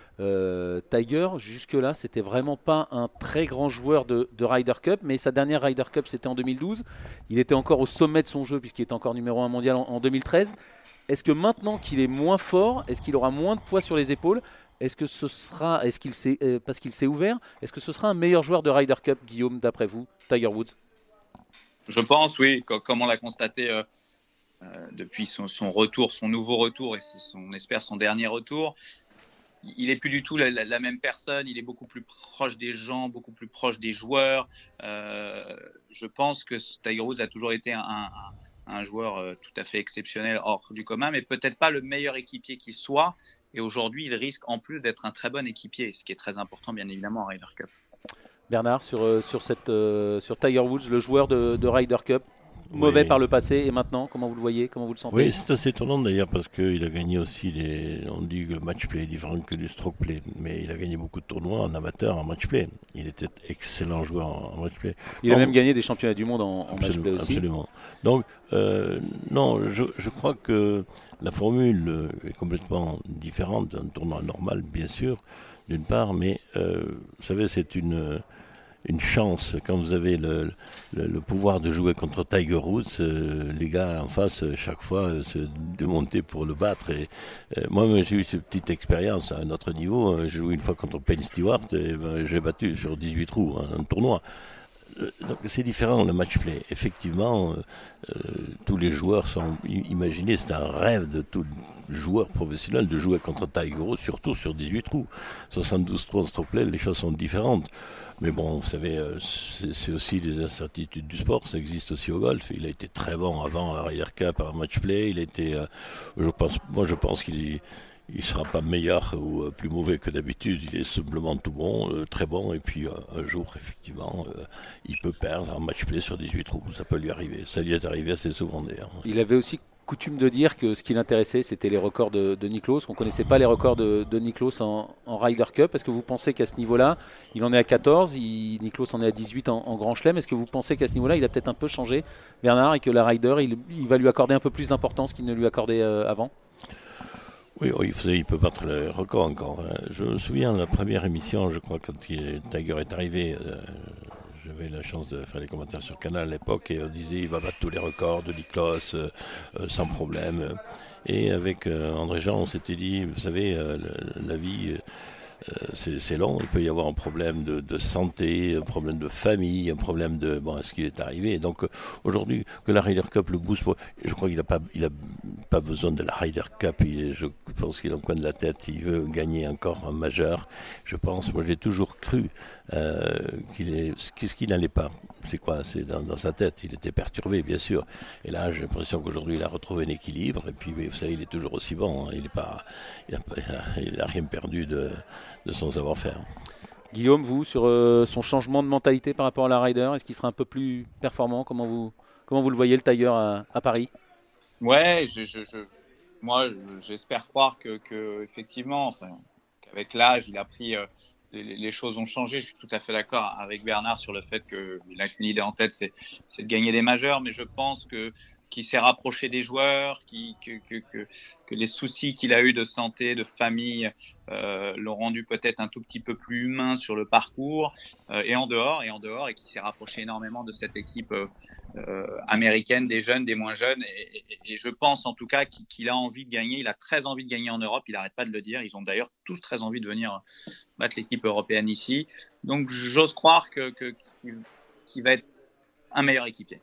Euh, Tiger, jusque-là, c'était vraiment pas un très grand joueur de, de Ryder Cup, mais sa dernière Ryder Cup, c'était en deux mille douze. Il était encore au sommet de son jeu, puisqu'il était encore numéro un mondial en, en deux mille treize. Est-ce que maintenant qu'il est moins fort, est-ce qu'il aura moins de poids sur les épaules ? Est-ce que ce sera, est-ce qu'il s'est, euh, parce qu'il s'est ouvert, est-ce que ce sera un meilleur joueur de Ryder Cup, Guillaume, d'après vous, Tiger Woods ? Je pense, oui, comme on l'a constaté euh, euh, depuis son, son retour, son nouveau retour, et c'est son, on espère son dernier retour. Il n'est plus du tout la, la, la même personne, il est beaucoup plus proche des gens, beaucoup plus proche des joueurs. Euh, je pense que Tiger Woods a toujours été un, un, un joueur euh, tout à fait exceptionnel, hors du commun, mais peut-être pas le meilleur équipier qu'il soit. Et aujourd'hui, il risque en plus d'être un très bon équipier, ce qui est très important, bien évidemment, en Ryder Cup. Bernard, sur, euh, sur, cette, euh, sur Tiger Woods, le joueur de, de Ryder Cup, mauvais oui. par le passé, et maintenant, comment vous le voyez, comment vous le sentez ? Oui, c'est assez étonnant d'ailleurs, parce qu'il a gagné aussi, les, on dit que le match play est différent que du stroke play, mais il a gagné beaucoup de tournois en amateur, en match play. Il était excellent joueur en, en match play. Il bon, a même gagné des championnats du monde en, en match play aussi. Absolument. Donc, euh, non, je, je crois que la formule est complètement différente d'un tournoi normal, bien sûr, d'une part, mais euh, vous savez, c'est une... une chance quand vous avez le, le, le pouvoir de jouer contre Tiger Woods, euh, les gars en face chaque fois euh, se démonter pour le battre. Et euh, moi, j'ai eu cette petite expérience à un autre niveau. Euh, j'ai joué une fois contre Payne Stewart et ben, j'ai battu sur dix-huit trous hein, un tournoi. Euh, donc c'est différent le match play. Effectivement, euh, euh, tous les joueurs sont imaginés. C'est un rêve de tout joueur professionnel de jouer contre Tiger Woods, surtout sur dix-huit trous. soixante-douze trous en stroke play, les choses sont différentes. Mais bon, vous savez, c'est, c'est aussi des incertitudes du sport, ça existe aussi au golf. Il a été très bon avant à Ryder Cup, à match play. Il a été, euh, je pense, moi je pense qu'il ne sera pas meilleur ou euh, plus mauvais que d'habitude. Il est simplement tout bon, euh, très bon. Et puis euh, un jour, effectivement, euh, il peut perdre un match play sur dix-huit trous. Ça peut lui arriver. Ça lui est arrivé assez souvent d'ailleurs. Il avait aussi coutume de dire que ce qui l'intéressait, c'était les records de, de Nicklaus, qu'on ne connaissait pas les records de, de Nicklaus en, en Ryder Cup. Est-ce que vous pensez qu'à ce niveau-là, il en est à quatorze, il, Nicklaus en est à dix-huit en, en Grand Chelem. Est-ce que vous pensez qu'à ce niveau-là, il a peut-être un peu changé, Bernard, et que la Ryder, il, il va lui accorder un peu plus d'importance qu'il ne lui accordait euh, avant ? Oui, oui, il peut battre le record encore. Je me souviens de la première émission, je crois, quand il, Tiger est arrivé. Euh, J'avais la chance de faire les commentaires sur Canal à l'époque et on disait il va battre tous les records de Nicklaus euh, euh, sans problème. Et avec euh, André Jean, on s'était dit, vous savez, euh, la vie, euh, c'est, c'est long. Il peut y avoir un problème de, de santé, un problème de famille, un problème de bon, est-ce qu'il est arrivé. Et donc euh, aujourd'hui, que la Ryder Cup le booste, pour, je crois qu'il n'a pas, il a pas besoin de la Ryder Cup. Il, je pense qu'il est dans le coin de la tête. Il veut gagner encore un majeur. Je pense, moi j'ai toujours cru euh, qu'il est, ce qu'il n'allait pas. C'est quoi? C'est dans, dans sa tête. Il était perturbé, bien sûr. Et là, j'ai l'impression qu'aujourd'hui, il a retrouvé un équilibre. Et puis, vous savez, il est toujours aussi bon. Hein. Il n'a pas, il a, il a rien perdu de, de son savoir-faire. Guillaume, vous, sur euh, son changement de mentalité par rapport à la Ryder, est-ce qu'il sera un peu plus performant? Comment vous, comment vous le voyez, le Tiger à, à Paris? Ouais, je, je, je, moi, j'espère croire que, que effectivement, enfin, qu'avec l'âge, il a pris. Euh, Les, les choses ont changé. Je suis tout à fait d'accord avec Bernard sur le fait qu'il n'a qu'une idée en tête, c'est, c'est de gagner des majeurs. Mais je pense que qu'il s'est rapproché des joueurs, qui, que, que, que, que les soucis qu'il a eu de santé, de famille, euh, l'ont rendu peut-être un tout petit peu plus humain sur le parcours euh, et en dehors, et en dehors, et qui s'est rapproché énormément de cette équipe euh, euh, américaine, des jeunes, des moins jeunes. Et, et, et je pense en tout cas qu'il, qu'il a envie de gagner. Il a très envie de gagner en Europe. Il n'arrête pas de le dire. Ils ont d'ailleurs tous très envie de venir battre l'équipe européenne ici. Donc j'ose croire que, que, qu'il, qu'il va être un meilleur équipier.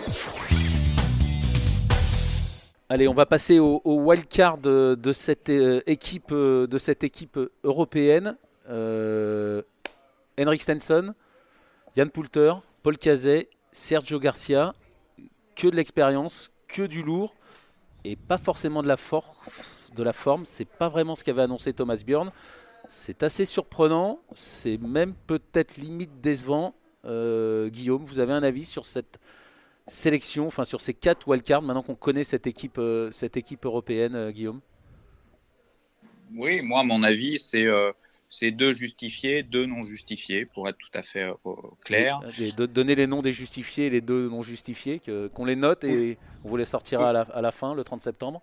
Allez, on va passer au, au wildcard de, de, cette, euh, équipe, euh, de cette équipe européenne. Euh, Henrik Stenson, Yann Poulter, Paul Cazet, Sergio Garcia. Que de l'expérience, que du lourd et pas forcément de la force, de la forme. C'est pas vraiment ce qu'avait annoncé Thomas Bjorn. C'est assez surprenant, c'est même peut-être limite décevant. Euh, Guillaume, vous avez un avis sur cette sélection, enfin sur ces quatre wildcards, maintenant qu'on connaît cette équipe, euh, cette équipe européenne, euh, Guillaume? Oui, moi, mon avis, c'est, euh, c'est deux justifiés, deux non justifiés, pour être tout à fait euh, clair. Et, de, donner les noms des justifiés et les deux non justifiés, que, qu'on les note et oui. On vous les sortira à la, à la fin, le trente septembre.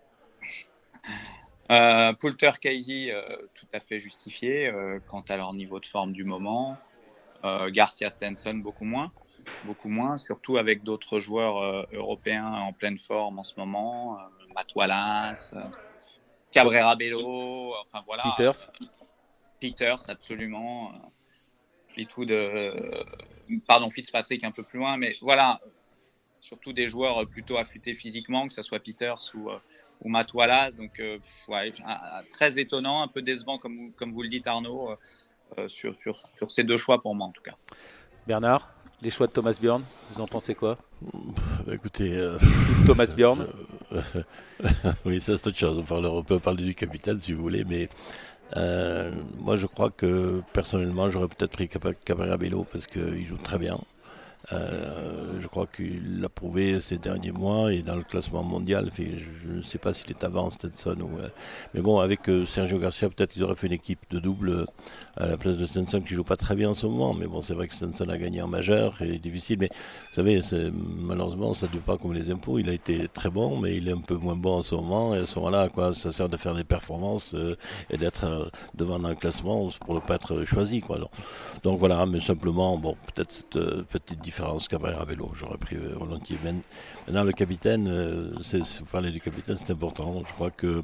Euh, Poulter, Casey, euh, tout à fait justifié euh, quant à leur niveau de forme du moment. Euh, Garcia, Stenson, beaucoup moins, beaucoup moins, surtout avec d'autres joueurs euh, européens en pleine forme en ce moment. Euh, Matt Wallace, euh, Cabrera Bello, enfin voilà. Peters. Euh, Peters, absolument. Euh, Fleetwood, euh, pardon, Fitzpatrick un peu plus loin, mais voilà. Surtout des joueurs plutôt affûtés physiquement, que ce soit Peters ou, euh, ou Matt Wallace. Donc, euh, ouais, très étonnant, un peu décevant, comme, comme vous le dites, Arnaud, euh, sur, sur, sur ces deux choix pour moi, en tout cas. Bernard, les choix de Thomas Bjorn, vous en pensez quoi? Bah, écoutez, euh, Thomas Bjorn. Euh, oui, ça c'est autre chose. On, parle, on peut parler du capitaine si vous voulez, mais euh, moi je crois que personnellement j'aurais peut-être pris Cabrera Bello parce qu'il joue très bien. Euh, je crois qu'il l'a prouvé ces derniers mois et dans le classement mondial. Je ne sais pas s'il est avant Stenson. Ou, euh, mais bon, avec euh, Sergio Garcia, peut-être qu'ils auraient fait une équipe de double euh, à la place de Stenson qui joue pas très bien en ce moment. Mais bon, c'est vrai que Stenson a gagné en majeur et difficile. Mais vous savez, c'est, malheureusement, ça ne dure pas comme les impôts. Il a été très bon, mais il est un peu moins bon en ce moment. Et à ce moment-là, quoi, ça sert de faire des performances euh, et d'être euh, devant dans le classement pour ne pas être choisi. Quoi. Donc, donc voilà, mais simplement, bon, peut-être cette euh, petite différence. Cabrera Bello, j'aurais pris euh, volontiers. Maintenant, le capitaine, euh, c'est, c'est, vous parlez du capitaine, c'est important. Je crois que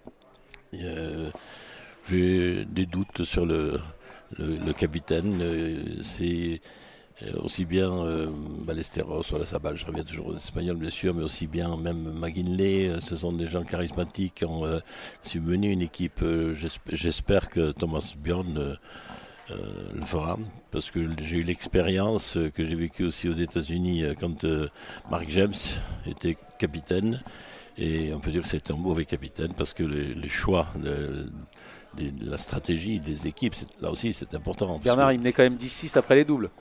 euh, j'ai des doutes sur le, le, le capitaine. Euh, c'est aussi bien euh, Ballesteros, voilà, Sabal, je reviens toujours aux Espagnols bien sûr, mais aussi bien même McGinley. Euh, ce sont des gens charismatiques qui ont euh, subvenu une équipe. Euh, j'espère, j'espère que Thomas Bjorn euh, Euh, le fera, parce que j'ai eu l'expérience euh, que j'ai vécue aussi aux États-Unis euh, quand euh, Mark James était capitaine, et on peut dire que c'était un mauvais capitaine parce que les, les choix de, de, de la stratégie des équipes, c'est, là aussi c'est important. Bernard, que, il menait quand même dix six après les doubles.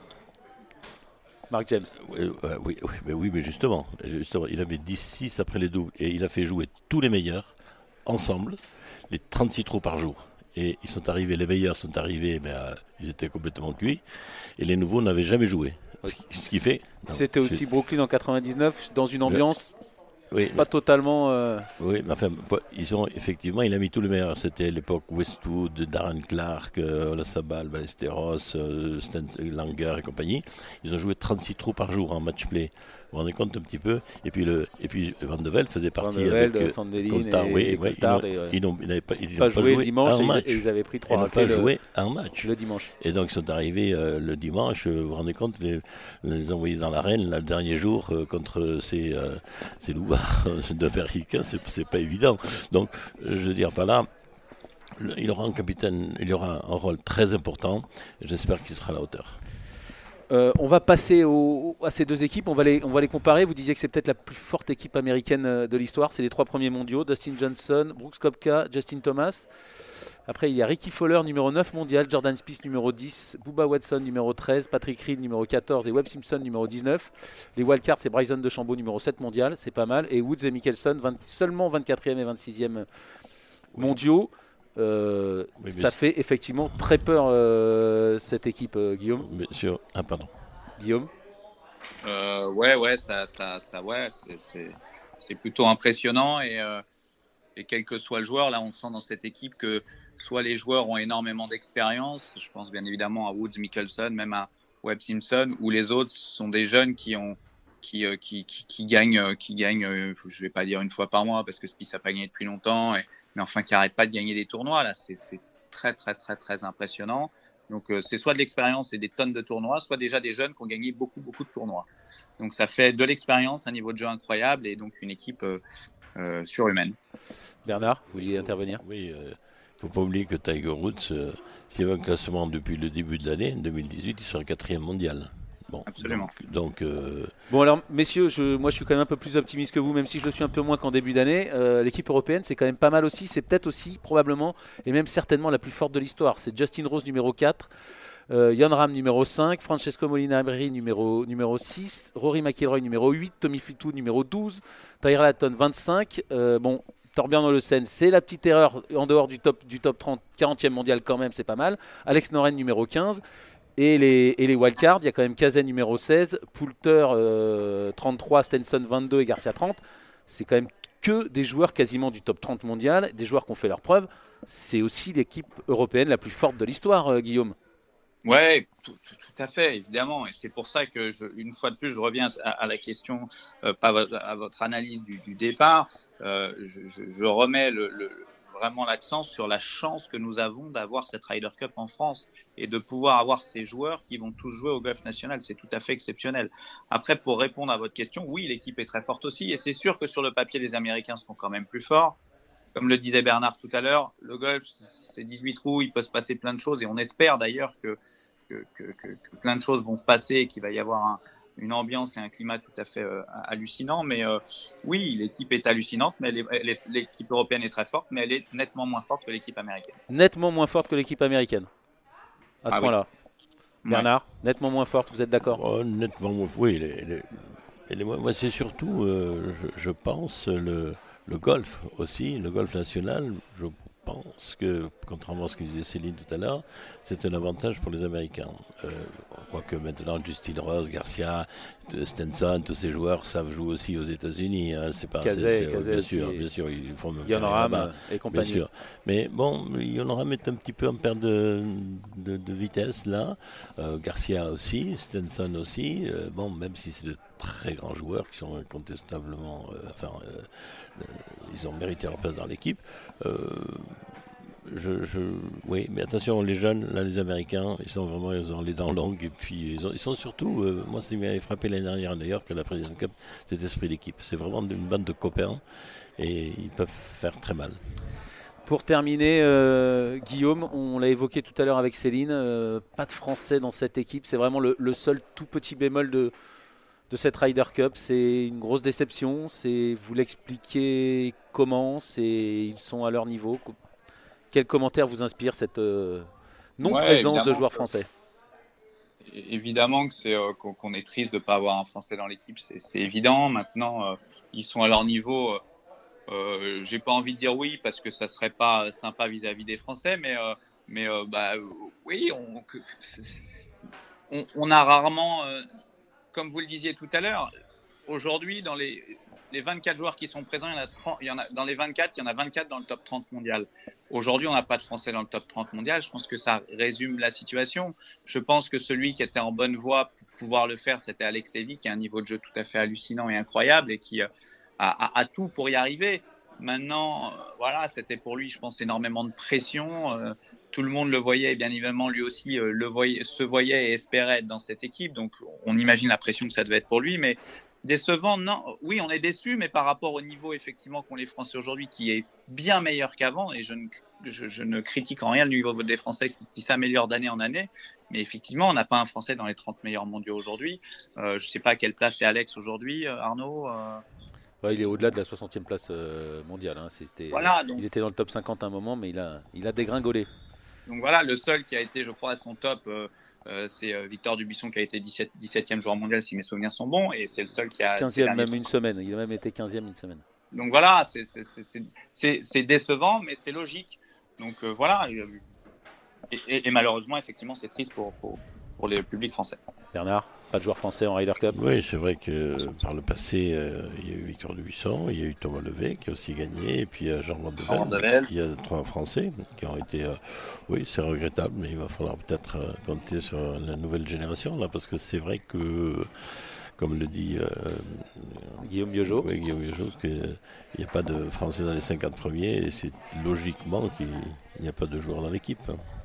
Mark James. Oui, euh, oui, oui, mais oui, mais justement, justement, il avait dix six après les doubles et il a fait jouer tous les meilleurs ensemble, les trente-six trous par jour. Et ils sont arrivés, les meilleurs sont arrivés, mais euh, ils étaient complètement cuits. Et les nouveaux n'avaient jamais joué. Ce qui, ce qui fait. C'était non, aussi c'est... Brooklyn en quatre-vingt-dix-neuf, dans une ambiance le... oui, pas mais... totalement. Euh... Oui, mais enfin, ils ont effectivement, il a mis tous les meilleurs. C'était l'époque Westwood, Darren Clark, euh, Olasabal, Ballesteros, euh, Stan Langer et compagnie. Ils ont joué trente-six trous par jour en match play vous rendez compte un petit peu. Et puis, le, et puis Van de Velde faisait partie Van de Velde, avec Sandelin Coltard. et, Oui, et ouais, Coltard. Ils Et, n'ont ouais. ils n'ont- ils n'avaient pas, ils pas n'ont joué joué dimanche un et ils- match. et ils avaient pris trois Ils n'ont raclés pas le, joué un match. le dimanche. Et donc, ils sont arrivés euh, le dimanche, euh, vous vous rendez compte, les, les envoyer dans l'arène là, le dernier jour euh, contre ces, euh, ces loupards de Américains, c'est, c'est pas évident. Donc, je veux dire par là, le- il aura un capitaine, il aura un rôle très important. J'espère qu'il sera à la hauteur. Euh, on va passer au, à ces deux équipes, on va, les, on va les comparer. Vous disiez que c'est peut-être la plus forte équipe américaine euh, de l'histoire. C'est les trois premiers mondiaux, Dustin Johnson, Brooks Koepka, Justin Thomas. Après, il y a Ricky Fowler, numéro neuf mondial, Jordan Spieth, numéro dix, Bubba Watson, numéro treize, Patrick Reed, numéro quatorze et Webb Simpson, numéro dix-neuf. Les wildcards, c'est Bryson DeChambeau, numéro sept mondial, c'est pas mal. Et Woods et Mickelson, vingt, seulement vingt-quatrième et vingt-sixième mondiaux. Euh, Oui, ça mais- fait effectivement très peur, euh, cette équipe, euh, Guillaume. Bien sûr. Ah, pardon. Guillaume Euh, ouais, ouais, ça, ça, ça, ouais, c'est, c'est, c'est plutôt impressionnant et, euh, et quel que soit le joueur, là, on sent dans cette équipe que soit les joueurs ont énormément d'expérience. Je pense bien évidemment à Woods, Mickelson, même à Webb Simpson, ou les autres sont des jeunes qui ont, qui, euh, qui, qui, qui gagnent, euh, qui gagnent. Euh, je vais pas dire une fois par mois parce que Spieth n'a pas gagné depuis longtemps, et, mais enfin qui n'arrêtent pas de gagner des tournois. Là, c'est, c'est très, très, très, très impressionnant. Donc, euh, c'est soit de l'expérience et des tonnes de tournois, soit déjà des jeunes qui ont gagné beaucoup, beaucoup de tournois. Donc, ça fait de l'expérience, un niveau de jeu incroyable et donc une équipe euh, euh, surhumaine. Bernard, vous vouliez intervenir? Oui, il euh, ne faut pas oublier que Tiger Woods, euh, s'il y avait un classement depuis le début de l'année, en deux mille dix-huit, il serait quatrième mondial. Bon, Absolument. Donc, donc euh, Bon alors messieurs, je, moi je suis quand même un peu plus optimiste que vous, même si je le suis un peu moins qu'en début d'année. Euh, l'équipe européenne c'est quand même pas mal aussi, c'est peut-être aussi probablement et même certainement la plus forte de l'histoire. C'est Justin Rose numéro quatre, euh, Jon Rahm numéro cinq, Francesco Molinari numéro, numéro six, Rory McIlroy numéro huit, Tommy Fleetwood numéro douze, Tyrrell Hatton vingt-cinq. Euh, bon, Torbjörn Olesen, c'est la petite erreur en dehors du top, du top trente, quarantième mondial quand même, c'est pas mal. Alex Noren numéro quinze. Et les, et les wildcards, il y a quand même Kazen numéro seize, Poulter euh, trente-trois, Stenson vingt-deux et Garcia trente. C'est quand même que des joueurs quasiment du top trente mondial, des joueurs qui ont fait leurs preuves. C'est aussi l'équipe européenne la plus forte de l'histoire, euh, Guillaume. Ouais, tout, tout, tout à fait, évidemment. Et c'est pour ça que, je, une fois de plus, je reviens à, à la question, euh, pas à votre analyse du, du départ. Euh, je, je, je remets le, le, vraiment l'accent sur la chance que nous avons d'avoir cette Ryder Cup en France et de pouvoir avoir ces joueurs qui vont tous jouer au golf national. C'est tout à fait exceptionnel. Après, pour répondre à votre question, oui, l'équipe est très forte aussi. Et c'est sûr que sur le papier, les Américains sont quand même plus forts. Comme le disait Bernard tout à l'heure, le golf, c'est dix-huit trous, il peut se passer plein de choses. Et on espère d'ailleurs que, que, que, que, que plein de choses vont se passer et qu'il va y avoir un, une ambiance et un climat tout à fait euh, hallucinant. Mais euh, oui, l'équipe est hallucinante, mais elle est, elle est, l'équipe européenne est très forte, mais elle est nettement moins forte que l'équipe américaine. Nettement moins forte que l'équipe américaine, à ce Ah point-là. oui. Bernard, ouais. Nettement moins forte, vous êtes d'accord? oh, nettement, oui. Les, les, les, moi, c'est surtout, euh, je, je pense, le, le golf aussi, le golf national. Je pense que, contrairement à ce que disait Céline tout à l'heure, c'est un avantage pour les Américains. Euh, Quoique maintenant, Justin Rose, Garcia, Stenson, tous ces joueurs savent jouer aussi aux États-Unis. Hein. C'est pas, Kazay, c'est, c'est, Kazay bien aussi, sûr, bien sûr, ils font même Jon Rahm et compagnie. Bien sûr. Mais bon, Jon Rahm est un petit peu en perte de, de, de vitesse là. Euh, Garcia aussi, Stenson aussi. Euh, bon, même si c'est de très grands joueurs qui sont incontestablement, euh, enfin, euh, euh, ils ont mérité leur place dans l'équipe. Euh, Je, je, oui, mais attention, les jeunes, là, les Américains, ils sont vraiment, ils ont les dents longues et puis ils, ont, ils sont surtout, euh, moi, ce qui m'avait frappé l'année dernière d'ailleurs, que la Presidents Cup, cet esprit d'équipe. C'est vraiment une bande de copains et ils peuvent faire très mal. Pour terminer, euh, Guillaume, on l'a évoqué tout à l'heure avec Céline, euh, pas de Français dans cette équipe, c'est vraiment le, le seul tout petit bémol de, de cette Ryder Cup. C'est une grosse déception, c'est, vous l'expliquez comment, c'est, ils sont à leur niveau. Quel commentaire vous inspire cette euh, non-présence ouais, de joueurs français? Évidemment que c'est, euh, qu'on est triste de ne pas avoir un Français dans l'équipe, c'est, c'est évident. Maintenant, euh, ils sont à leur niveau. Euh, j'ai pas envie de dire oui parce que ça serait pas sympa vis-à-vis des Français, mais, euh, mais euh, bah, oui, on, on, on a rarement, euh, comme vous le disiez tout à l'heure, aujourd'hui, dans les... les vingt-quatre joueurs qui sont présents, il y en a trente, il y en a, dans les vingt-quatre, il y en a vingt-quatre dans le top trente mondial. Aujourd'hui, on n'a pas de Français dans le top trente mondial. Je pense que ça résume la situation. Je pense que celui qui était en bonne voie pouvoir le faire, c'était Alex Lévy, qui a un niveau de jeu tout à fait hallucinant et incroyable et qui euh, a, a, a tout pour y arriver. Maintenant, euh, voilà, c'était pour lui, je pense, énormément de pression. Euh, tout le monde le voyait, et bien évidemment, lui aussi euh, le voyait, se voyait et espérait être dans cette équipe. Donc, on imagine la pression que ça devait être pour lui. Mais décevant, non. Oui, on est déçu, mais par rapport au niveau, effectivement, qu'ont les Français aujourd'hui, qui est bien meilleur qu'avant, et je ne, je, je ne critique en rien le niveau des Français qui, qui s'améliore d'année en année. Mais effectivement, on n'a pas un Français dans les trente meilleurs mondiaux aujourd'hui. Euh, je ne sais pas à quelle place est Alex aujourd'hui, euh, Arnaud. Euh... Ouais, il est au-delà de la soixantième place euh, mondiale. Hein. C'était, voilà, donc... Il était dans le top cinquante à un moment, mais il a, il a dégringolé. Donc voilà, le seul qui a été, je crois, à son top, euh, euh, c'est euh, Victor Dubuisson qui a été dix-sept, dix-septième joueur mondial, si mes souvenirs sont bons. Et c'est le seul qui a... quinzième même une semaine. Il a même été quinzième une semaine. Donc voilà, c'est, c'est, c'est, c'est, c'est décevant, mais c'est logique. Donc euh, voilà. Et, et, et malheureusement, effectivement, c'est triste pour, pour, pour le public français. Bernard, pas de joueur français en Ryder Cup? Oui, c'est vrai que par le passé, euh, il y a eu Victor Dubuisson, il y a eu Thomas Levet qui a aussi gagné, et puis euh, Jean Van de Velde. Il y a trois Français qui ont été... Euh, oui, c'est regrettable, mais il va falloir peut-être euh, compter sur la nouvelle génération, là, parce que c'est vrai que, comme le dit euh, Guillaume Biojo, oui, Guillaume Biojo, qu'il n'y a pas de Français dans les cinquante premiers, et c'est logiquement qu'il n'y a pas de joueurs dans l'équipe.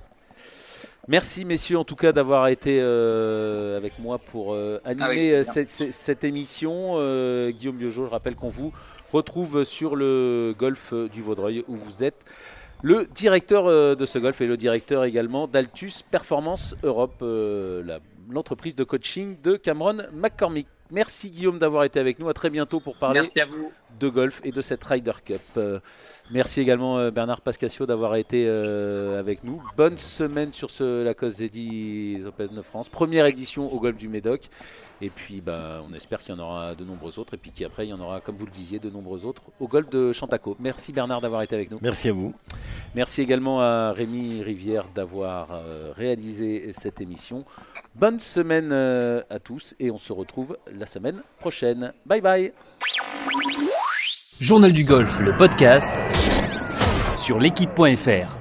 Merci messieurs en tout cas d'avoir été euh, avec moi pour euh, animer euh, cette, cette émission. Euh, Guillaume Biojo, je rappelle qu'on vous retrouve sur le golf du Vaudreuil où vous êtes le directeur euh, de ce golf et le directeur également d'Altus Performance Europe, euh, la, l'entreprise de coaching de Cameron McCormick. Merci Guillaume d'avoir été avec nous. À très bientôt pour parler de golf et de cette Ryder Cup. Euh, merci également euh, Bernard Pascasio d'avoir été euh, avec nous. Bonne semaine sur ce Lacoste Zeddy Open de France. Première édition au golf du Médoc. Et puis bah, on espère qu'il y en aura de nombreux autres. Et puis qu'après il y en aura, comme vous le disiez, de nombreux autres au golf de Chantaco. Merci Bernard d'avoir été avec nous. Merci à vous. Merci également à Rémi Rivière d'avoir euh, réalisé cette émission. Bonne semaine euh, à tous et on se retrouve la semaine prochaine. Bye bye. Journal du golf, le podcast sur l'équipe point f r.